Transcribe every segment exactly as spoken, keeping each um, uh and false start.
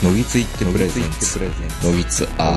のぎついってプレゼンツのぎつア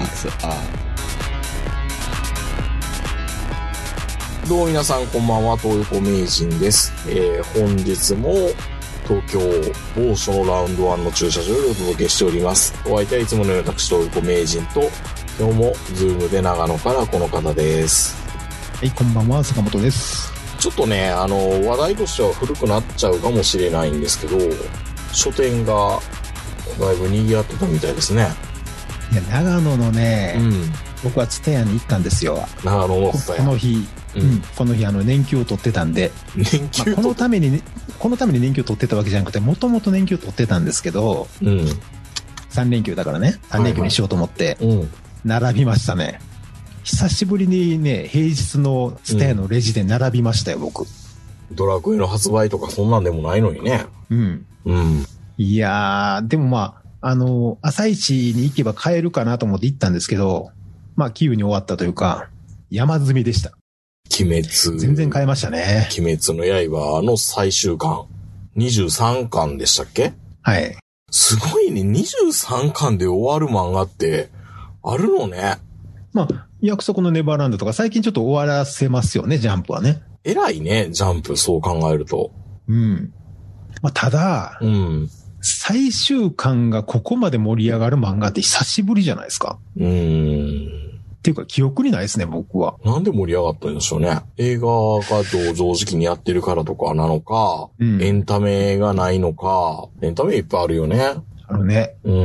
ー。 どうも皆さんこんばんは、東横名人です。えー、本日も東京某所のラウンドワンの駐車場でお届けしております。お相手はいつものように私東横名人と、今日もズームで長野からこの方です。 はい、こんばんは、坂本です。 ちょっとね、あの話題としては古くなっちゃうかもしれないんですけど、書店がだいぶ賑わってたみたいですね。 いや、長野のね、うん、僕は蔦屋に行ったんですよ。 長野の蔦屋。 この日、うんうん、この日あの年休を取ってたんで、 年休、 まあ、このために、ね、このために年休を取ってたわけじゃなくて、もともと年休を取ってたんですけど、うん、さん連休だからね、さん連休にしようと思って、はいはい、並びましたね。久しぶりにね、平日の蔦屋のレジで並びましたよ、うん、僕。 ドラクエの発売とかそんなんでもないのにね。 うん。うん。いやー、でもまあ、あの、朝一に行けば買えるかなと思って行ったんですけど、まあ、急に終わったというか、山積みでした。 鬼滅。 全然買えましたね。 鬼滅の刃の最終巻。にじゅうさんかんでしたっけ？ はい。 すごいね。にじゅうさんかんで終わる漫画ってあるのね。 まあ、約束のネバーランドとか最近ちょっと終わらせますよね、ジャンプはね。 偉いね、ジャンプ、そう考えると。 うん。まあ、ただ、うん。最終巻がここまで盛り上がる漫画って久しぶりじゃないですか。うーん。っていうか記憶にないですね、僕は。 なんで盛り上がったんでしょうね。映画が同時期にやってるからとかなのか、うん、エンタメがないのか、エンタメいっぱいあるよね。 あるね。うん。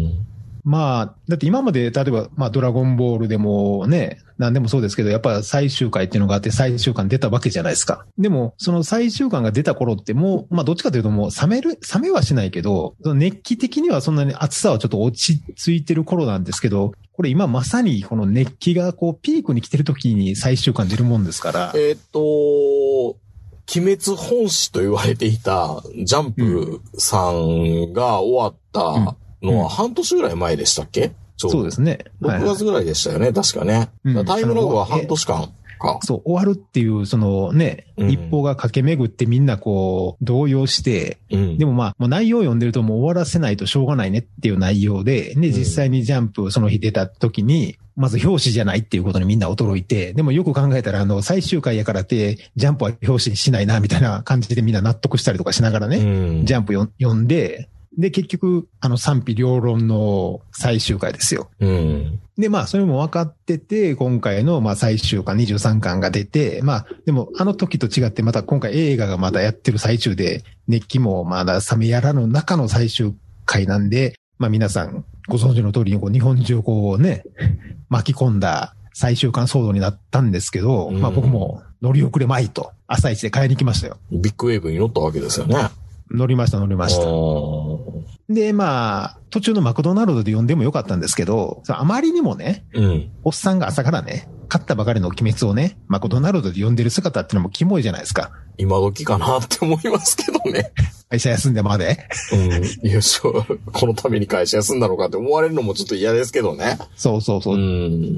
まあ、だって今まで、例えば、まあ、ドラゴンボールでもね、なんでもそうですけど、やっぱ最終回っていうのがあって最終巻出たわけじゃないですか。でも、その最終巻が出た頃ってもう、まあ、どっちかというともう冷める、冷めはしないけど、その熱気的にはそんなに熱さはちょっと落ち着いてる頃なんですけど、これ今まさにこの熱気がこうピークに来てる時に最終巻出るもんですから。 えっと、鬼滅本誌と言われていたジャンプさんが終わった、うんのは半年ぐらい前でしたっけ？ ちょうどそうですね。 ろくがつぐらいでしたよね、はいはい、確かね。うん、タイムラグは半年間か。 そう、終わるっていう、そのね、うん、一報が駆け巡ってみんなこう、動揺して、うん、でもまあ、もう内容を読んでるともう終わらせないとしょうがないねっていう内容で、ね、実際にジャンプその日出た時に、まず表紙じゃないっていうことにみんな驚いて、でもよく考えたらあの、最終回やからって、ジャンプは表紙にしないな、みたいな感じでみんな納得したりとかしながらね、うん、ジャンプ読んで、で、結局、あの賛否両論の最終回ですよ。うん。で、まあ、それも分かってて、今回の、まあ、最終巻にじゅうさんかんが出て、まあ、でも、あの時と違って、また今回映画がまだやってる最中で、熱気もまだ冷めやらぬ中の最終回なんで、まあ、皆さん、ご存知の通りに、こう、日本中をこうね、巻き込んだ最終巻騒動になったんですけど、うん、まあ、僕も乗り遅れまいと、朝一で買いに来ましたよ。 ビッグウェーブに乗ったわけですよね。 乗りました、乗りました。で、まあ、途中のマクドナルドで読んでもよかったんですけど、あまりにもね、うん、おっさんが朝からね、買ったばかりの鬼滅をね、マクドナルドで読んでる姿ってのもキモいじゃないですか。 今時かなって思いますけどね。 会社休んでまで。 うん。いや、しょ、このために会社休んだのかって思われるのもちょっと嫌ですけどね。 そうそうそう。うん。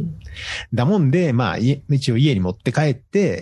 だもんで、まあ、一応家に持って帰って、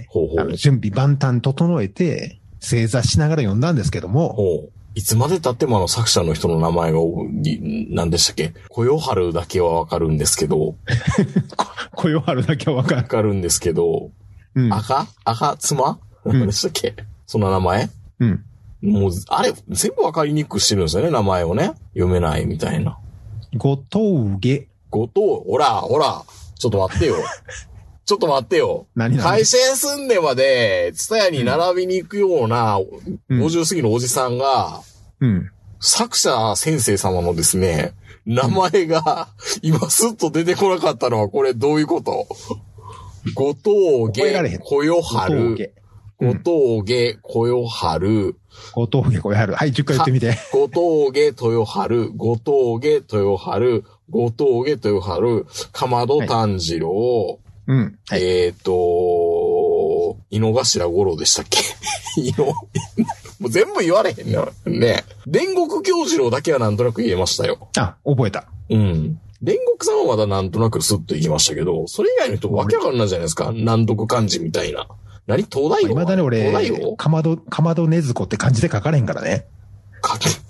ほうほうあの準備万端整えて、正座しながら読んだんですけども。ほう。 いつまで経ってもあの作者の人の名前が、何でしたっけ？小夜春だけはわかるんですけど。 小夜春だけはわかる。 わかるんですけど。うん。赤赤妻何でしたっけ、うん、その名前うん。もう、あれ、全部わかりにくくしてるんですよね、名前をね。読めないみたいな。 ごとうげ。 ごとう、ほら、ほら、ちょっと待ってよ。ちょっと待ってよ。何何会社休んでまで、ツタヤに並びに行くような、うん、ごじゅう過ぎのおじさんが、うん、作者先生様のですね、名前が、今スッと出てこなかったのは、これどういうこと？ごとうげ、こよはる。ごとうげ、こよはる。 ごとうげ、こよはる。はい、じゅっかい言ってみて。 ごとうげ、とよはる。ごとうげ、とよはる。ごとうげ、とよはる。かまど炭治郎。はいうん。はい、えっ、ー、と、井の頭五郎でしたっけ井の、もう全部言われへんな。ね。煉獄教次郎だけはなんとなく言えましたよ。 あ、覚えた。 うん。煉獄さんはまだなんとなくスッと言いましたけど、それ以外の人わけわかんないじゃないですか。難読漢字みたいな。何東大王？ まだね、俺、かまど、かまどねずこって漢字で書かれへんからね。 か、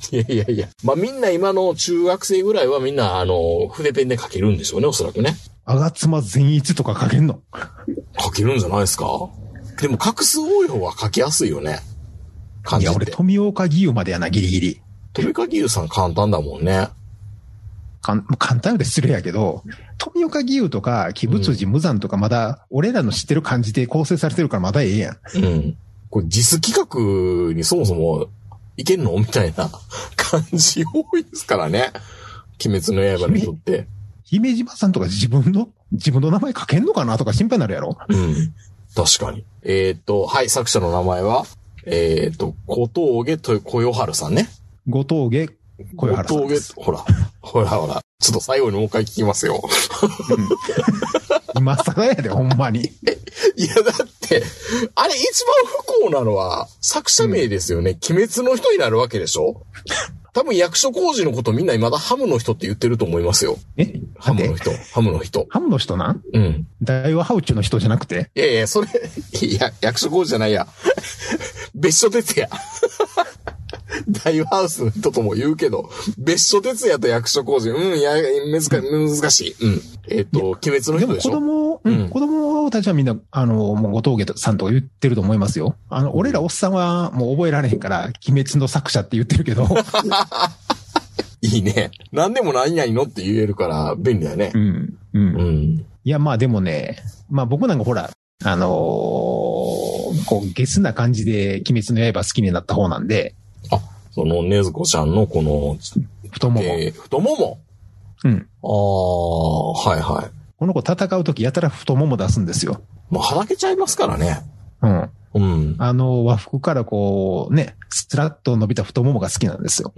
いやいやいや。まあみんな今の中学生ぐらいはみんなあの、筆ペンで書けるんでしょうね、おそらくね。 吾妻善一とか書けんの？ 書けるんじゃないですか？でも画数多い方は書きやすいよね。感じて。 いや、俺富岡義勇までやな、ギリギリ。 富岡義勇さん簡単だもんね。 かん簡単で失礼やけど、富岡義勇とか、鬼仏寺無惨とかまだ、俺らの知ってる感じで構成されてるからまだええやん。 うん。これ実企画にそもそもいけんのみたいな感じ多いですからね。鬼滅の刃の人って。 姫島さんとか自分の、自分の名前書けんのかなとか心配になるやろ？ うん。確かに。えっと、はい、作者の名前は、えっと、小峠と小夜春さんね。 後峠小夜春さんです。 小峠、ほら、ほらほら。ちょっと最後にもう一回聞きますよ。 うん、今更やで、ほんまに。 いや、だって、あれ一番不幸なのは、作者名ですよね。うん、鬼滅の人になるわけでしょ？多分役所広司のことみんな未だハムの人って言ってると思いますよ。 えハムの人。ハムの人。 ハムの人な？ うん。 大和ハウチュの人じゃなくて？ いやいや、それ、いや、役所広司じゃないや。別所哲也。大和ハウスの人とも言うけど、別所哲也と役所広司、うん、いや、難しい、難しい。うん。えっと、鬼滅の人でしょ。 でも子供、うん、うん、子供たちはみんな、あの、もう後峠さんとか言ってると思いますよ。あの、俺らおっさんはもう覚えられへんから、鬼滅の作者って言ってるけど。 いいね。何でも何々のって言えるから便利だね。 うん。うん。うん。いや、まあでもね、まあ僕なんかほら、あのー、こう、ゲスな感じで鬼滅の刃好きになった方なんで。 あ、その、ねずこちゃんのこの、 太もも。 えー、太もも。 うん。 ああ、はいはい。 この子戦うときやたら太もも出すんですよ。 まあ、はだけちゃいますからね。 うん。 うん。 あの、和服からこう、ね、スラッと伸びた太ももが好きなんですよ。 うん。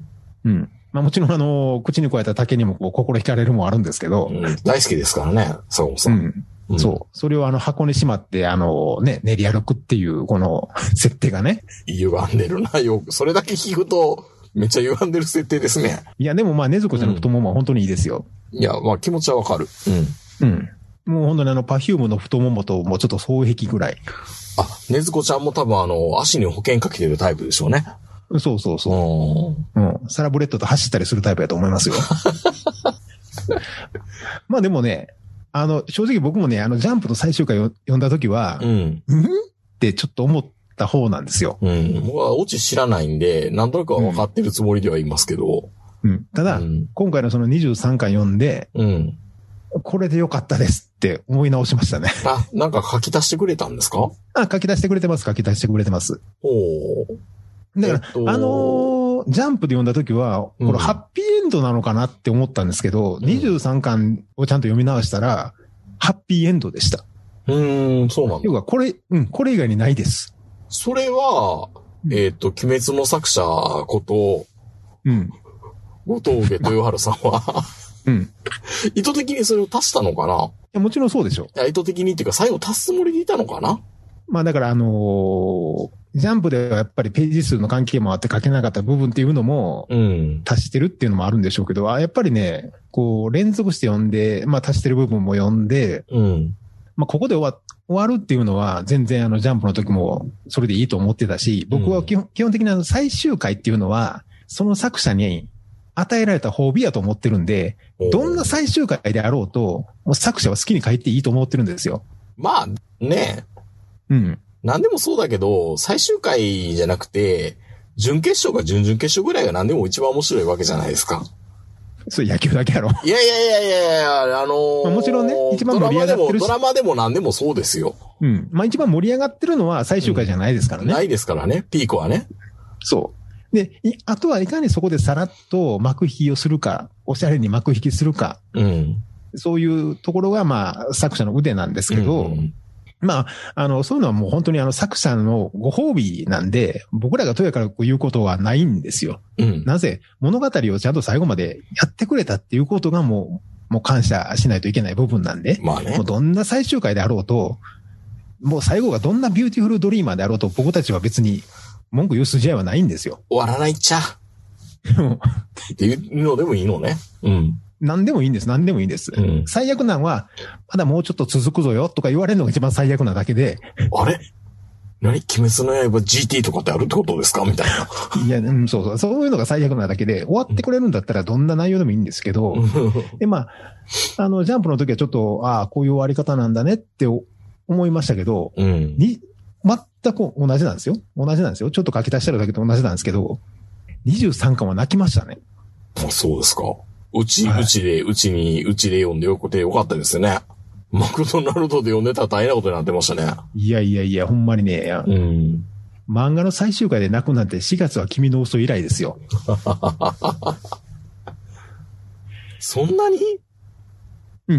うん。まあもちろんあの、口に加えた竹にもこう心惹かれるもあるんですけど。 うん、大好きですからね、そうそう。 うんうん、そう。それをあの箱にしまって、あのね、練り歩くっていう、この設定がね。 歪んでるな、よく。それだけ聞くと、めっちゃ歪んでる設定ですね。 いや、でもまあ、ねずこちゃんの太ももは本当にいいですよ。 うん、いや、まあ気持ちはわかる。 うん。うん。もう本当にあの、パフュームの太ももともうちょっと双璧ぐらい。 あ、ねずこちゃんも多分あの、足に保険かけてるタイプでしょうね。 そうそうそう。うん。サラブレッドと走ったりするタイプやと思いますよ。まあでもね、あの、正直僕もね、あの、ジャンプの最終回を読んだときは、うん。うんってちょっと思った方なんですよ。 うん。僕はオチ知らないんで、なんとなくは分かってるつもりではいますけど。 うん。ただ、うん、今回のそのにじゅうさんかん読んで、うん。これでよかったですって思い直しましたね。 あ、なんか書き足してくれたんですか？ あ、書き足してくれてます、書き足してくれてます。 おー。 だから、えっと、あのー、ジャンプで読んだときは、これハッピーエンドなのかなって思ったんですけど、うん、にじゅうさんかんをちゃんと読み直したら、ハッピーエンドでした。 うーん、そうなんだ。 要は、これ、うん、これ以外にないです。 それは、えっと、鬼滅の作者こと、うん。後藤家豊春さんは、うん。意図的にそれを足したのかな？いや、もちろんそうでしょ。 いや、意図的にっていうか、最後足すつもりでいたのかな？ まあだからあのー、ジャンプではやっぱりページ数の関係もあって書けなかった部分っていうのも、足してるっていうのもあるんでしょうけど、うん、あやっぱりね、こう連続して読んで、まあ足してる部分も読んで、うん、まあここで終わ、終わるっていうのは全然あのジャンプの時もそれでいいと思ってたし、僕は基本、うん、基本的にあの最終回っていうのは、その作者に与えられた褒美やと思ってるんで、どんな最終回であろうと、もう作者は好きに書いていいと思ってるんですよ。 まあね。うん。何でもそうだけど、最終回じゃなくて、準決勝か準々決勝ぐらいが何でも一番面白いわけじゃないですか。 それ野球だけやろ。 いやいやいやいやいや、あのーまあ、もちろんね、一番盛り上がってるし。 ドラマでも、ドラマでも何でもそうですよ。 うん。まあ一番盛り上がってるのは最終回じゃないですからね。 うん、ないですからね、ピークはね。 そう。で、あとはいかにそこでさらっと幕引きをするか、おしゃれに幕引きするか。うん。そういうところがまあ作者の腕なんですけど、うんうん、まあ、あの、そういうのはもう本当にあの作者のご褒美なんで、僕らがとやから言うことはないんですよ。うん。なぜ物語をちゃんと最後までやってくれたっていうことがもう、もう感謝しないといけない部分なんで。まあね。もうどんな最終回であろうと、もう最後がどんなビューティフルドリーマーであろうと、僕たちは別に文句言う筋合いはないんですよ。 終わらないっちゃ。っていうのでもいいのね。うん。 何でもいいんです。何でもいいんです。うん、最悪なんは、まだもうちょっと続くぞよとか言われるのが一番最悪なだけで。 あれ何鬼滅の刃 ジーティー とかってあるってことですかみたいな。 いや、うん、そうそう。そういうのが最悪なだけで、終わってくれるんだったらどんな内容でもいいんですけど、で、まあ、あの、ジャンプの時はちょっと、ああ、こういう終わり方なんだねって思いましたけど、うん、に、全く同じなんですよ。同じなんですよ。ちょっと書き足してるだけと同じなんですけど、にじゅうさんかんは泣きましたね。 あ、そうですか。うち、はい、うちで、うちに、うちで読んでよくてよかったですよね。マクドナルドで読んでたら大変なことになってましたね。いやいやいや、ほんまにね。うん。漫画の最終回で泣くなんてしがつは君の嘘以来ですよ。 そんなに？ うん。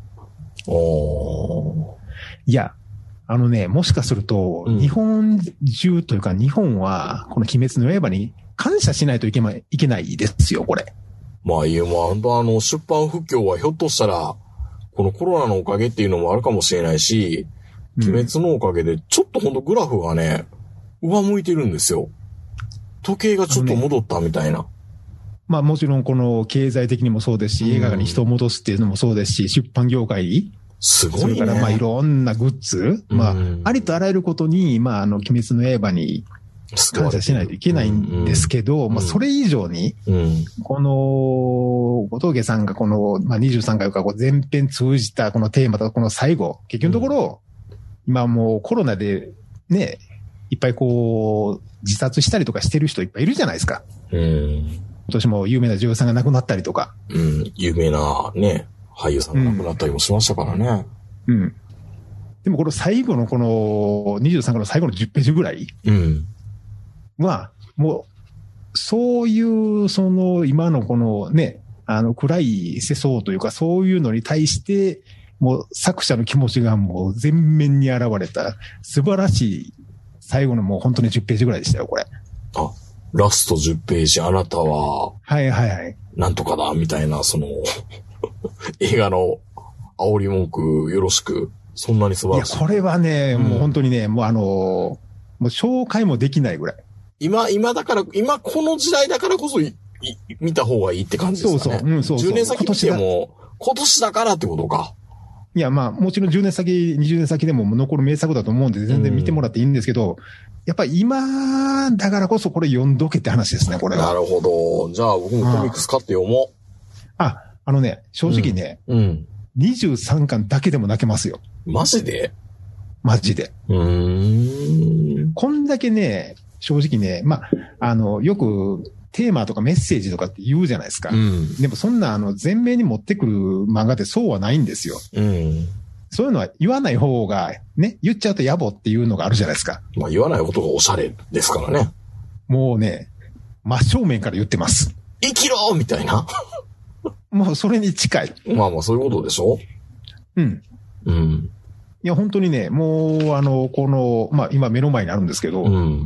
おー。いや、あのね、もしかすると、うん、日本中というか日本は、この鬼滅の刃に感謝しないといけま、いけないですよ、これ。 まあいいよ、まあ本当あの、出版不況はひょっとしたら、このコロナのおかげっていうのもあるかもしれないし、鬼滅のおかげでちょっとほんとグラフがね、上向いてるんですよ。時計がちょっと戻ったみたいな。ね、 まあもちろんこの経済的にもそうですし、映画に人を戻すっていうのもそうですし、出版業界。 すごいね。 それからまあいろんなグッズ。まあ、ありとあらゆることに、まああの、鬼滅の刃に感謝しないといけないんですけど、まあそれ以上に、この、小峠さんがこの、まあにじゅうさんかいか全編通じたこのテーマとこの最後、結局のところ、今もうコロナでね、いっぱいこう、自殺したりとかしてる人いっぱいいるじゃないですか。うん、今年も有名な女優さんが亡くなったりとか。 うん、有名なね、俳優さんが亡くなったりもしましたからね。うん。うん、 でもこの最後のこのにじゅうさんかの最後のじゅっページぐらい。うん。は、もう、そういう、その、今のこのね、あの、暗い世相というか、そういうのに対して、もう作者の気持ちがもう全面に現れた、素晴らしい、最後のもう本当にじゅっページぐらいでしたよ、これ。 あ、ラストじゅっページ、あなたは、 はいはいはい。 なんとかだ、みたいな、その、映画の煽り文句よろしく、そんなに素晴らしい。 いや、これはね、うん、もう本当にね、もうあの、もう紹介もできないぐらい。 今、今だから、今この時代だからこそ、い見た方がいいって感じですかね。 そうそう。うん、そうそう。 じゅうねん先見ても、今年だからってことか。 いや、まあ、もちろんじゅうねん先、にじゅうねん先でも残る名作だと思うんで、全然見てもらっていいんですけど、うん、やっぱり今だからこそこれ読んどけって話ですね、これは。 なるほど。じゃあ僕もコミックス買って読もう。 あ、あのね、正直ね、うん。うん、にじゅうさんかんだけでも泣けますよ。 マジで？ マジで。うーん。こんだけね、正直ね、まあ、あの、よく、テーマとかメッセージとかって言うじゃないですか。うん、でもそんなあの前面に持ってくる漫画ってそうはないんですよ。うん、そういうのは言わない方がね、言っちゃうと野暮っていうのがあるじゃないですか。 まあ言わないことがおしゃれですからね。 もうね、真正面から言ってます。 生きろみたいな。 もうそれに近い。 まあまあそういうことでしょ？うん。 うん。いや本当にね、もうあの、この、まあ今目の前にあるんですけど、うん、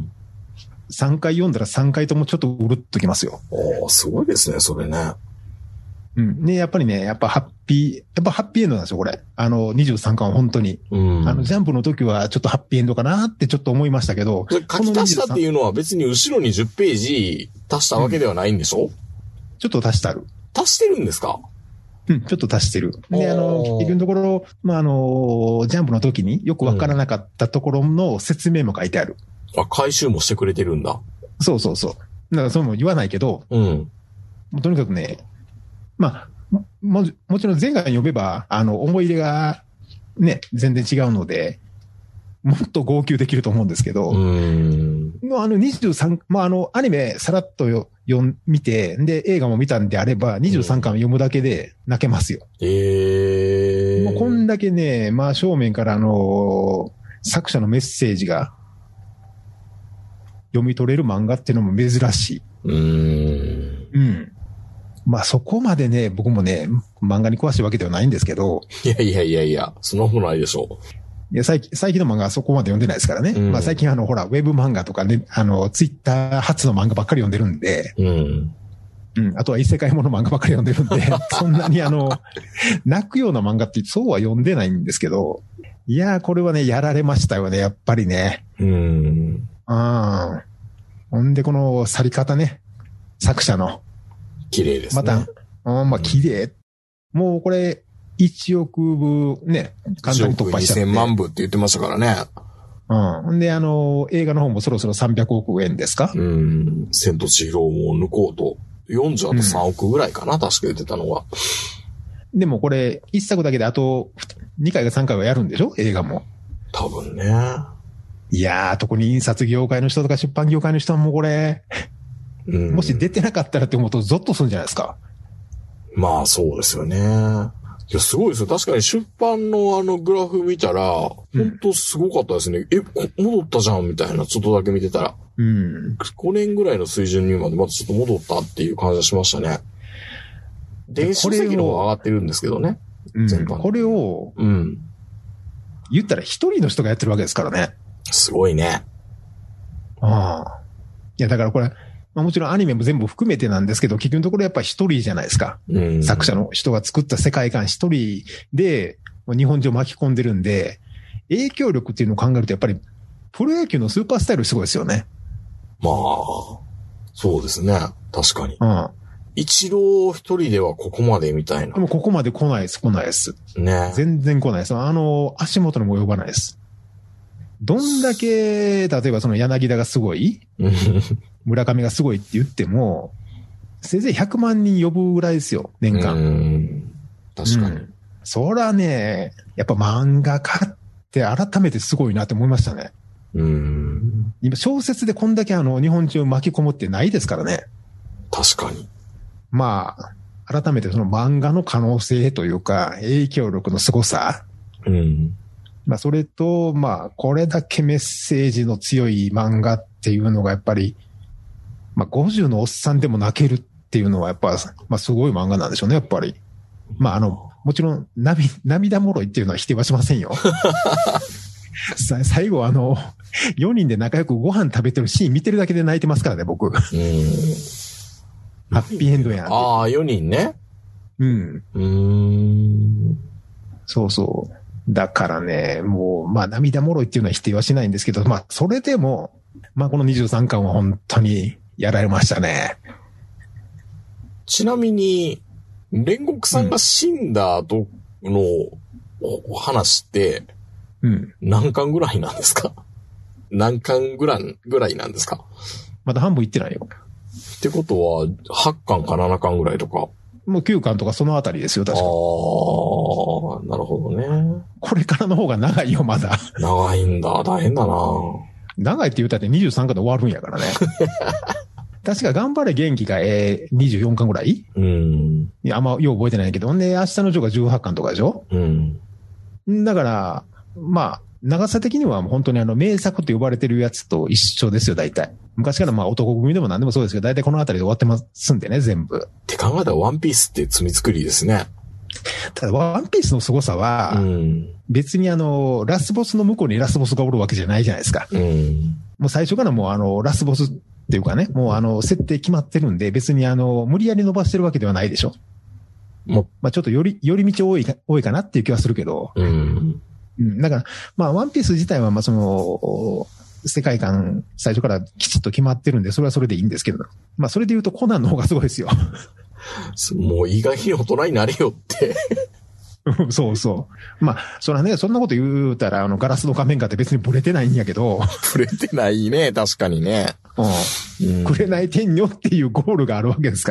さんかい読んだらさんかいともちょっとうるっときますよ。 おー、すごいですね、それね。 うん。ね、やっぱりね、やっぱハッピー、やっぱハッピーエンドなんですよ、これ。あの、にじゅうさんかんは本当に。うん。あの、ジャンプの時はちょっとハッピーエンドかなってちょっと思いましたけど。 書き足したっていうのは別に後ろにじゅっページ足したわけではないんでしょ？うん、 ちょっと足してある。 足してるんですか？ うん、ちょっと足してる。で、あの、結局のところ、まあ、あの、ジャンプの時によくわからなかったところの説明も書いてある。 うん、あ、回収もしてくれてるんだ。 そうそうそう。だからそれも言わないけど、うん。もうとにかくね、まあ、も、もちろん前回読めば、あの、思い入れがね、全然違うので、もっと号泣できると思うんですけど、うん。あのにじゅうさん、まあ、あの、アニメさらっとよ読ん、見て、で、映画も見たんであれば、にじゅうさんかん読むだけで泣けますよ。へ、うん、もうこんだけね、まあ、正面からあの、作者のメッセージが、読み取れる漫画っていうのも珍しい。うーん。うん。まあそこまでね、僕もね、漫画に詳しいわけではないんですけど。 いやいやいやいや、そんなことないでしょう。 いや、最近、最近の漫画はそこまで読んでないですからね。うん、まあ最近あの、ほら、ウェブ漫画とかね、あの、ツイッター発の漫画ばっかり読んでるんで。うん。うん。あとは異世界もの漫画ばっかり読んでるんで、そんなにあの、泣くような漫画ってそうは読んでないんですけど、いやー、これはね、やられましたよね、やっぱりね。うん。ああ。ほんで、この去り方ね。作者の。 綺麗ですね。 また、あまあ、綺麗。うん、もうこれ、いちおくぶね、 簡単に突破しちゃって。いちおくにせんまんぶって言ってましたからね。 うん。で、あの、映画の方もそろそろさんびゃくおくえんですか？ うん。千と千尋を抜こうと。よんじゅうあとさんおくぐらいかな、うん、確か言ってたのは。 でもこれ、一作だけであとにかいかさんかいはやるんでしょ？映画も。 多分ね。 いやー、特に印刷業界の人とか出版業界の人はもうこれ、うん、もし出てなかったらって思うとゾッとするんじゃないですか。 まあそうですよね。いや、すごいですよ。確かに出版のあのグラフ見たら、ほんとすごかったですね。うん、え、戻ったじゃんみたいな、ちょっとだけ見てたら。うん。ごねんぐらいの水準にまでまたちょっと戻ったっていう感じがしましたね。電子書籍の方が上がってるんですけどね。 うん、これを、うん。言ったら一人の人がやってるわけですからね。 すごいね。 ああ。いや、だからこれ、まあ、もちろんアニメも全部含めてなんですけど、結局のところやっぱり一人じゃないですか。うん、作者の人が作った世界観一人で日本中を巻き込んでるんで、影響力っていうのを考えるとやっぱりプロ野球のスーパースタイルすごいですよね。 まあ、そうですね。確かに。うん。一郎一人ではここまでみたいな。 でもここまで来ないです、来ないです。ね。全然来ないです。あの、足元にも及ばないです。どんだけ、例えばその柳田がすごい村上がすごいって言っても、せいぜいひゃくまんにん呼ぶぐらいですよ、年間。うん確かに、うん。 そらね、やっぱ漫画家って改めてすごいなって思いましたね。うん今小説でこんだけあの日本中巻き込むってないですからね。 確かに。 まあ、改めてその漫画の可能性というか、影響力の凄さ。うん。まあ、それと、まあ、これだけメッセージの強い漫画っていうのがやっぱり、まあ、ごじゅうのおっさんでも泣けるっていうのはやっぱ、まあ、すごい漫画なんでしょうね、やっぱり。まあ、あの、もちろん、涙、涙もろいっていうのは否定はしませんよ。最後あの、よにんで仲良くご飯食べてるシーン見てるだけで泣いてますからね、僕。うん。ハッピーエンドやん。 ああ、よにんね。 うん。うーん。そうそう。だからね、もう、まあ涙もろいっていうのは否定はしないんですけど、まあそれでも、まあこのにじゅうさんかんは本当にやられましたね。 ちなみに、煉獄さんが死んだ後の話って、うん、何巻ぐらいなんですか？何巻ぐらい、ぐらいなんですか？ まだ半分いってないよ。 ってことは、はちかんかななかんぐらいとか。 もうきゅうかんとかそのあたりですよ、確かに。 ああ、なるほどね。 これからの方が長いよ、まだ。 長いんだ、大変だな。 長いって言ったってにじゅうさんかんで終わるんやからね。確か頑張れ元気が、えー、にじゅうよんかんぐらいうん。いや、あんまよう覚えてないけど、んで、明日のジョーがじゅうはちかんとかでしょうん。だから、まあ、長さ的には本当にあの名作と呼ばれてるやつと一緒ですよ、大体。昔からまあ男組でも何でもそうですけど、大体このあたりで終わってますんでね、全部。 って考えたらワンピースって罪作りですね。 ただワンピースの凄さは、うん、別にあの、ラスボスの向こうにラスボスがおるわけじゃないじゃないですか。うん、もう最初からもうあの、ラスボスっていうかね、もうあの、設定決まってるんで、別にあの、無理やり伸ばしてるわけではないでしょ。もう、まあちょっとより、より道多いか、多いかなっていう気はするけど。うんうん、だから、まあ、ワンピース自体は、まあ、その、世界観、最初からきちっと決まってるんで、それはそれでいいんですけど、まあ、それで言うとコナンの方がすごいですよ。 もう意外に大人になれよって。 そうそう。まあ、そらね、そんなこと言うたら、あの、ガラスの仮面かって別にブレてないんやけど。 ブレてないね、確かにね。 うん。くれない天女っていうゴールがあるわけですから。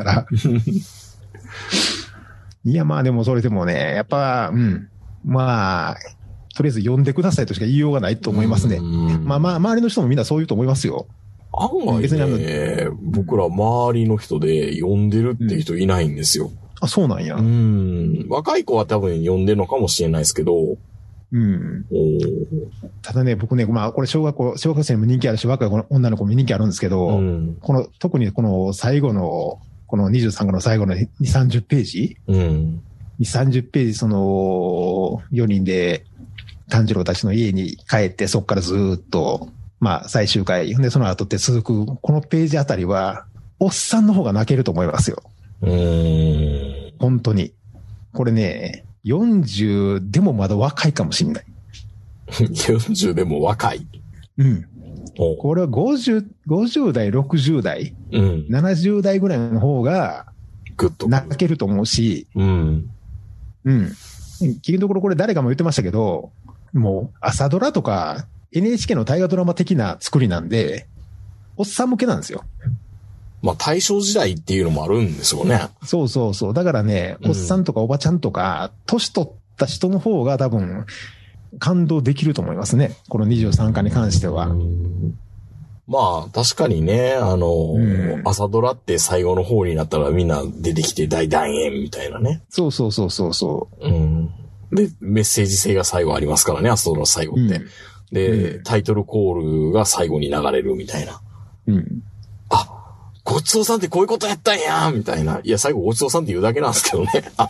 いや、まあでもそれでもね、やっぱ、うん。まあ、とりあえず呼んでくださいとしか言いようがないと思いますね。まあまあ、周りの人もみんなそう言うと思いますよ。 案外ね、僕ら周りの人で呼んでるって人いないんですよ。うん、 あ、そうなんや。 うん。若い子は多分呼んでるのかもしれないですけど。うん。 ただね、僕ね、まあ、これ小学校、小学生にも人気あるし、若い女の子も人気あるんですけど、うん、この、特にこの最後の、このにじゅうさんかんの最後のにじゅう、さんじゅうページ、うん、にじゅう、さんじゅうページ、その、よにんで、炭治郎たちの家に帰って、そこからずーっと、まあ、最終回、で、その後って続く、このページあたりは、おっさんの方が泣けると思いますよ。うーん。本当に。これね、よんじゅうでもまだ若いかもしんない。 よんじゅうでも若い。 うん。これはごじゅう、ごじゅう代、ろくじゅう代、うん、ななじゅう代ぐらいの方が、 ぐっと泣けると思うし、うん。うん。結局のところこれ誰かも言ってましたけど、もう朝ドラとかエヌエイチケー の大河ドラマ的な作りなんで、おっさん向けなんですよ。 まあ大正時代っていうのもあるんですよね。 そうそうそう。だからね、おっさんとかおばちゃんとか、年取った人の方が多分、感動できると思いますね。このにじゅうさんかんに関しては。 まあ、確かにね、あの、うん、朝ドラって最後の方になったらみんな出てきて大団円みたいなね。 そうそうそうそうそう。 うん。で、メッセージ性が最後ありますからね、朝ドラ最後って。うん、で、うん、タイトルコールが最後に流れるみたいな。うん。あ、ごちそうさんってこういうことやったんやみたいな。いや、最後ごちそうさんって言うだけなんですけどね。あ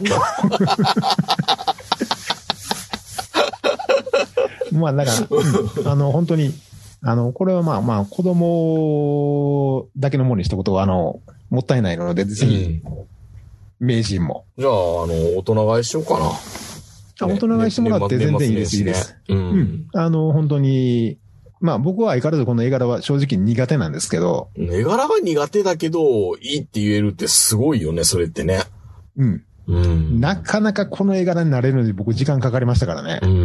まあ、だから、あの、本当に、あの、これはまあまあ、子供だけのものにしたことは、あの、もったいないので、ぜひ、名人も。 じゃあ、あの、大人買いしようかな。 あ、大人買いしてもらって全然いいです、いいです。うん。うん。あの、本当に、まあ僕は相変わらずこの絵柄は正直苦手なんですけど。 絵柄が苦手だけど、いいって言えるってすごいよね、それってね。 うん。うん。なかなかこの絵柄になれるのに僕時間かかりましたからね。うん。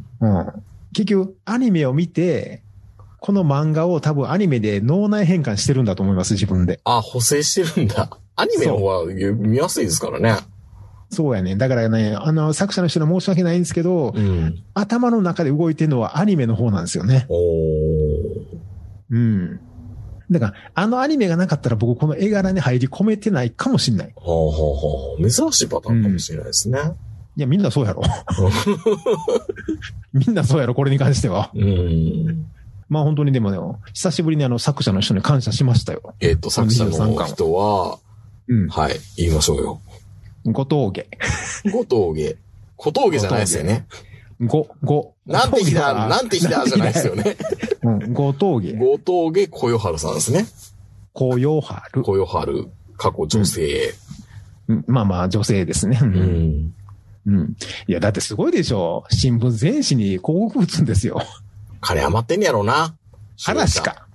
うん。結局、アニメを見て、この漫画を多分アニメで脳内変換してるんだと思います、自分で。 あ、補正してるんだ。アニメの方は見やすいですからね。 そうやね。だからね、あの、作者の人には申し訳ないんですけど、うん、頭の中で動いてるのはアニメの方なんですよね。おー。うん。だから、あのアニメがなかったら僕この絵柄に入り込めてないかもしれない。はあはあはあ。珍しいパターンかもしれないですね。うん、いや、みんなそうやろ。みんなそうやろ、これに関しては。うん。まあ本当にでもね、久しぶりにあの作者の人に感謝しましたよ。 えっと、作者の人は、うん、はい、言いましょうよ。 ご峠。 ご峠。小峠じゃないですよね。 ご、ご。 なんて日だ、なんて日だじゃないですよね。 うん、ご峠。 ご峠小夜春さんですね。 小夜春。 小夜春。過去女性、 うん。まあまあ女性ですね。うん。うん。いや、だってすごいでしょ。新聞全紙に広告打つんですよ。 金余ってんやろうな。 嵐か。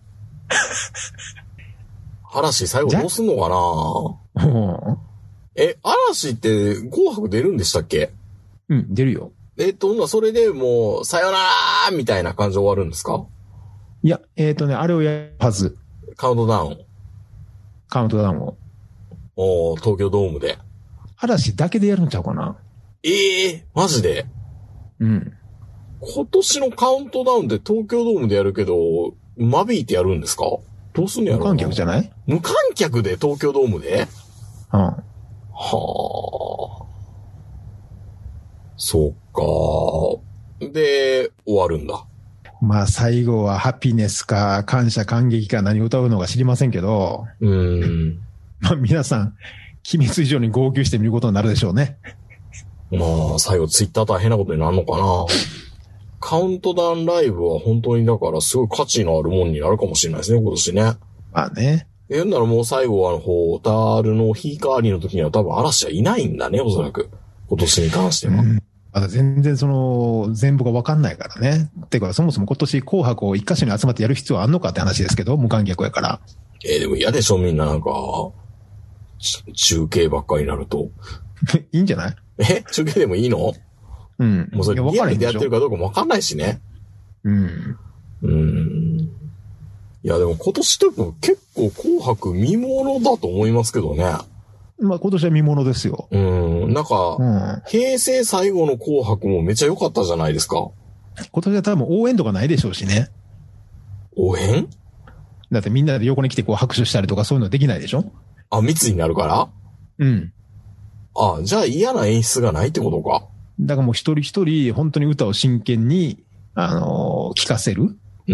嵐最後どうすんのかな。うん。え、嵐って紅白出るんでしたっけ？ うん、出るよ。 えっと、それでもう、さよならみたいな感じで終わるんですか？ いや、えっとね、あれをやるはず。 カウントダウン。 カウントダウンを。 おー、東京ドームで。 嵐だけでやるんちゃうかな。 ええー、マジで？うん。今年のカウントダウンで東京ドームでやるけど、間引いてやるんですか？どうすんのやろうな。 無観客じゃない？ 無観客で東京ドームで？うん。はあ。そうか。で、終わるんだ。 まあ最後はハピネスか感謝感激か何を歌うのか知りませんけど。うん。まあ皆さん、鬼滅以上に号泣してみることになるでしょうね。 まあ最後ツイッター大変なことになるのかな。カウントダウンライブは本当にだからすごい価値のあるもんになるかもしれないですね、今年ね。 まあね。 え、んならもう最後は、ホータールのヒーカーリーの時には多分嵐はいないんだね、おそらく。今年に関しては。うん、 まだ全然その、全部がわかんないからね。てか、そもそも今年紅白を一箇所に集まってやる必要あんのかって話ですけど、無観客やから。 えー、でも嫌でしょ、みんななんか、中継ばっかりになると。 いいんじゃない？ え？中継でもいいの？うん。もうそれリアルでやってるかどうかもわかんないしね。うん。うん。いや、でも今年多分結構紅白見物だと思いますけどね。 まあ今年は見物ですよ。 うん。なんか、うん、平成最後の紅白もめっちゃ良かったじゃないですか。 今年は多分応援とかないでしょうしね。 応援？ だってみんなで横に来てこう拍手したりとかそういうのできないでしょ？ あ、密になるから？うん。あ、じゃあ嫌な演出がないってことか。 だからもう一人一人本当に歌を真剣に、あのー、聴かせる。うん。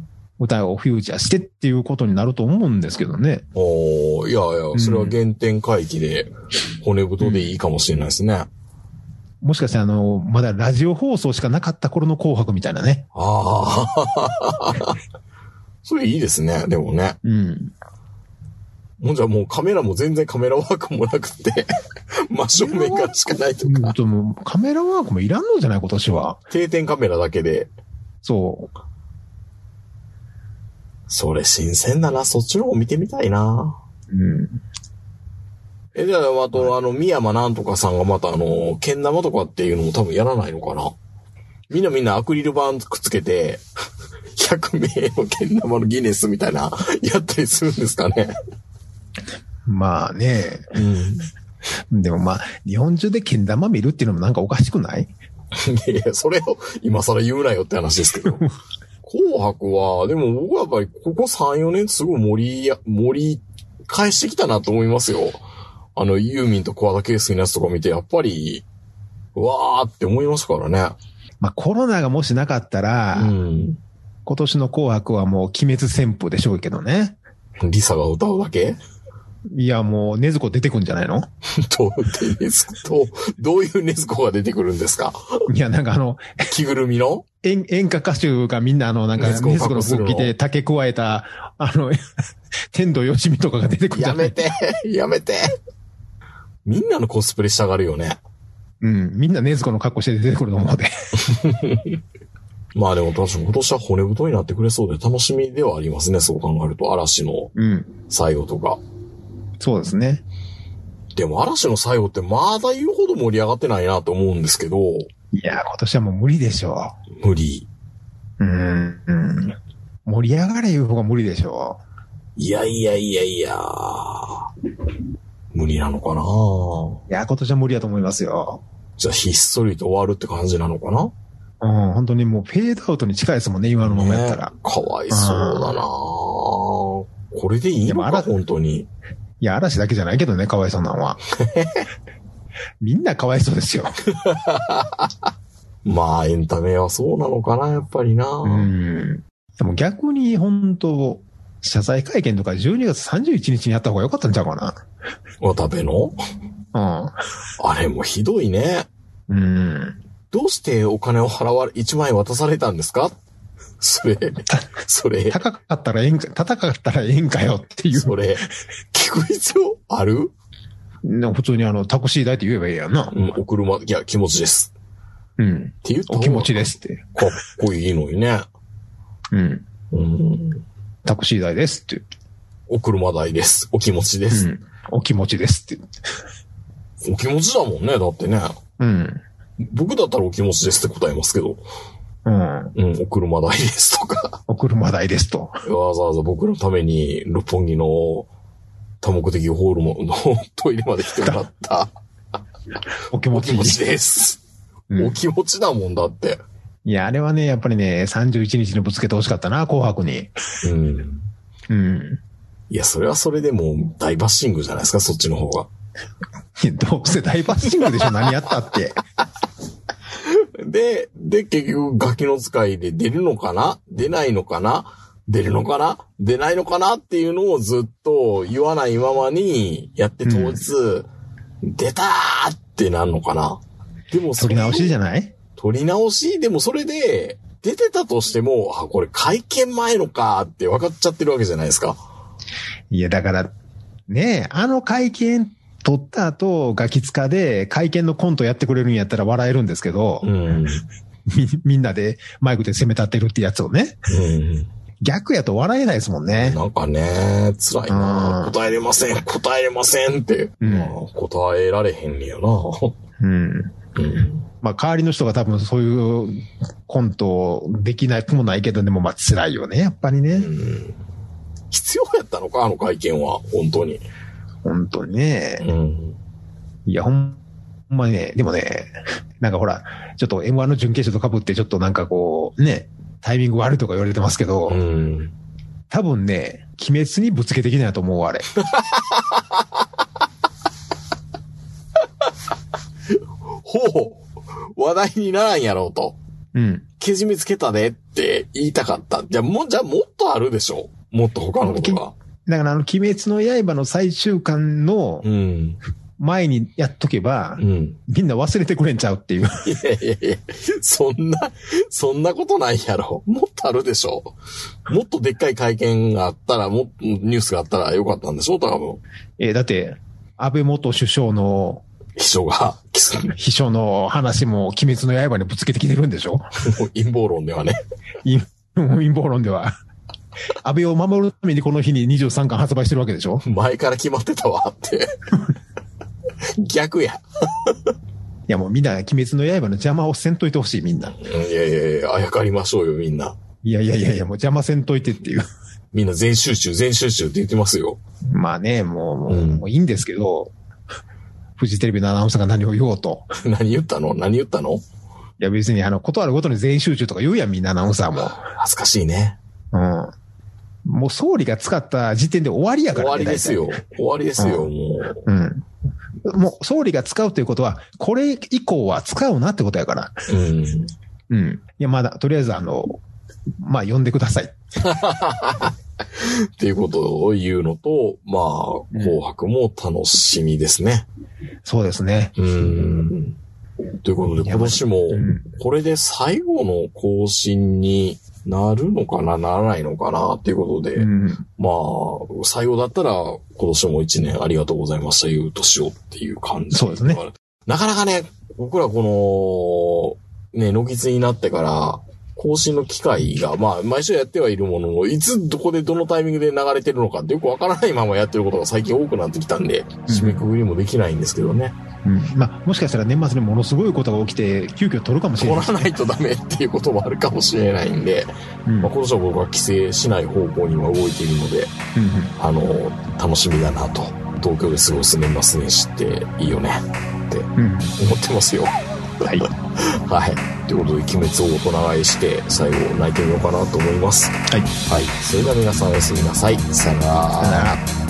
歌をフューチャーしてっていうことになると思うんですけどね。 おー、いやいや、それは原点回帰で、骨太でいいかもしれないですね。 うん、もしかしてあの、まだラジオ放送しかなかった頃の紅白みたいなね。ああ。それいいですね、でもね。うん。もうじゃあもうカメラも全然カメラワークもなくて、真正面からしかないとか。 ともカメラワークもいらんのじゃない今年は。 定点カメラだけで。 そう。 それ新鮮だな。そっちの方見てみたいな。うん。え、じゃあ、あと、あの、三山なんとかさんがまたあの、けん玉とかっていうのも多分やらないのかな。みんなみんなアクリル板くっつけて、 革命のけん玉のギネスみたいな、やったりするんですかね。 まあね。うん。でもまあ、日本中でけん玉見るっていうのもなんかおかしくない？ いやいや、それを今更言うなよって話ですけど。紅白は、でも僕はやっぱりここさん、よねんすごい盛りや、盛り返してきたなと思いますよ。あの、ユーミンと桑田佳祐のやつとか見て、やっぱり、わーって思いますからね。 まあコロナがもしなかったら、うん、今年の紅白はもう鬼滅旋風でしょうけどね。 リサが歌うだけ？ いや、もう、ねずこ出てくんじゃないの？ どう、ねずこ、どういうねずこが出てくるんですか？ いや、なんかあの、 着ぐるみの演、演歌歌手がみんなあの、なんか、ねずこの服着て竹加えた、あの、天童よしみとかが出てくるじゃない？ やめて、やめて。みんなのコスプレしたがるよね。 うん、みんなねずこの格好して出てくると思うで。 まあでも確か今年は骨太になってくれそうで楽しみではありますね、そう考えると。嵐の最後とか。うんそうですね。 でも嵐の最後ってまだ言うほど盛り上がってないなと思うんですけど。 いや、今年はもう無理でしょう。無理。 うーん、うん。盛り上がれいう方が無理でしょう。いやいやいやいや。無理なのかな。 いや、今年は無理だと思いますよ。 じゃあひっそりと終わるって感じなのかな。 うん、本当にもうフェードアウトに近いですもんね、今のままやったら。 ね、かわいそうだな。これでいいのか、本当に。 いや、嵐だけじゃないけどね、かわいそうなのは。みんなかわいそうですよ。 まあ、エンタメはそうなのかな、やっぱりな。 うん。でも逆に本当、謝罪会見とかじゅうにがつさんじゅういちにちにやった方が良かったんちゃうかな。 渡部の？ うん。あれもひどいね。 うん。 どうしてお金を払われ、いちまんえん渡されたんですか？それ、それ。 高かったらええんか、高かったらええんかよっていう。 それ、聞く必要ある？ 普通にあの、タクシー代って言えばいいやんな。 うん、お車、いや、気持ちです。 うん。 って言ったお気持ちですって。 かっこいいのにね。 うん。うん。タクシー代ですって言って。 お車代です。お気持ちです。 うん。お気持ちですって言って。 お気持ちだもんね、だってね。 うん。 僕だったらお気持ちですって答えますけど。 うん。 うん、お車代ですとか。 お車代ですと。 わざわざ僕のために、六本木の多目的ホールのトイレまで来てもらった。 お気持ち。 お気持ちです、うん。お気持ちだもんだって。 いや、あれはね、やっぱりね、さんじゅういちにちにぶつけてほしかったな、紅白に。 うん。 うん。 いや、それはそれでもう大バッシングじゃないですか、そっちの方が。 どうせ大バッシングでしょ、何やったって。 で、で、結局、ガキの使いで出るのかな？出ないのかな？出るのかな？出ないのかなっていうのをずっと言わないままにやって当日、うん、出たーってなんのかな？でも取り直しじゃない？ 取り直し？でもそれで、出てたとしても、あ、これ会見前のかって分かっちゃってるわけじゃないですか。 いや、だから、ねえ、あの会見、撮った後、ガキ使で会見のコントやってくれるんやったら笑えるんですけど、うん、み, みんなでマイクで攻め立てるってやつをね、うん、逆やと笑えないですもんね。 なんかね、辛いな、うん、答えれません、答えれませんって、うんまあ、答えられへんねやな。うんうん、まあ代わりの人が多分そういうコントできないくもないけど、でもまあ辛いよね、やっぱりね。うん、 必要やったのか、あの会見は、本当に。 本当にね。うん。いや、ほんまにね、でもね、なんかほら、ちょっと エムワン の準決勝と被ってちょっとなんかこう、ね、タイミング悪いとか言われてますけど、うん、多分ね、鬼滅にぶつけてきないと思う、あれ。 ほう、話題にならんやろうと。 うん。 けじめつけたでって言いたかった。じゃあもう、じゃあもっとあるでしょ。もっと他のことが。 だからあの、鬼滅の刃の最終巻の前にやっとけば、うん、みんな忘れてくれんちゃうっていう。いやいやいや、そんな、そんなことないやろ。もっとあるでしょ。もっとでっかい会見があったら、もニュースがあったらよかったんでしょ、多分。 えー、だって、安倍元首相の、 秘書が、 秘書の話も鬼滅の刃にぶつけてきてるんでしょ。 陰謀論ではね。 陰謀論では。安倍を守るためにこの日ににじゅうさんかん発売してるわけでしょ。 前から決まってたわって。逆や。いやもうみんな鬼滅の刃の邪魔をせんといてほしいみんな。 いやいやいや、あやかりましょうよみんな。 いやいやいやいや、もう邪魔せんといてっていう。 みんな全集中、全集中って言ってますよ。 まあね、もう、もう、うん、もういいんですけど、フジテレビのアナウンサーが何を言おうと。 何言ったの何言ったのいや別にあの、ことあるごとに全集中とか言うやん、みんなアナウンサーも。 恥ずかしいね。 うん。もう総理が使った時点で終わりやからね。 終わりですよ。終わりですよ、うん、もう。 うん。もう総理が使うということは、これ以降は使うなってことやから。 うん。 うん。いや、まだ、とりあえずあの、まあ、呼んでください。 っていうことを言うのと、まあ、紅白も楽しみですね。 そうですね。 うん。ということで、今年も、これで最後の更新になるのかな、ならないのかな、っていうことで、うん、まあ、最後だったら、今年も一年ありがとうございました、いう年をっていう感じ。 そうですね。 なかなかね、僕らこの、ね、ノギツになってから、更新の機会が、まあ、毎週やってはいるものの、いつどこでどのタイミングで流れてるのかってよくわからないままやってることが最近多くなってきたんで、締めくくりもできないんですけどね。 うん。まあ、もしかしたら年末にものすごいことが起きて、急遽取るかもしれない、ね。 取らないとダメっていうこともあるかもしれないんで、うん、まあ、今年は僕は規制しない方向には動いているので、うんうん、あの、楽しみだなと。東京で過ごす年末年始っていいよねって思ってますよ。 うん、はい。 はい。ということで、鬼滅を大人買いして、最後泣いてみようかなと思います。 はい。 はい。それでは皆さんおやすみなさい。さよなら。 さよなら。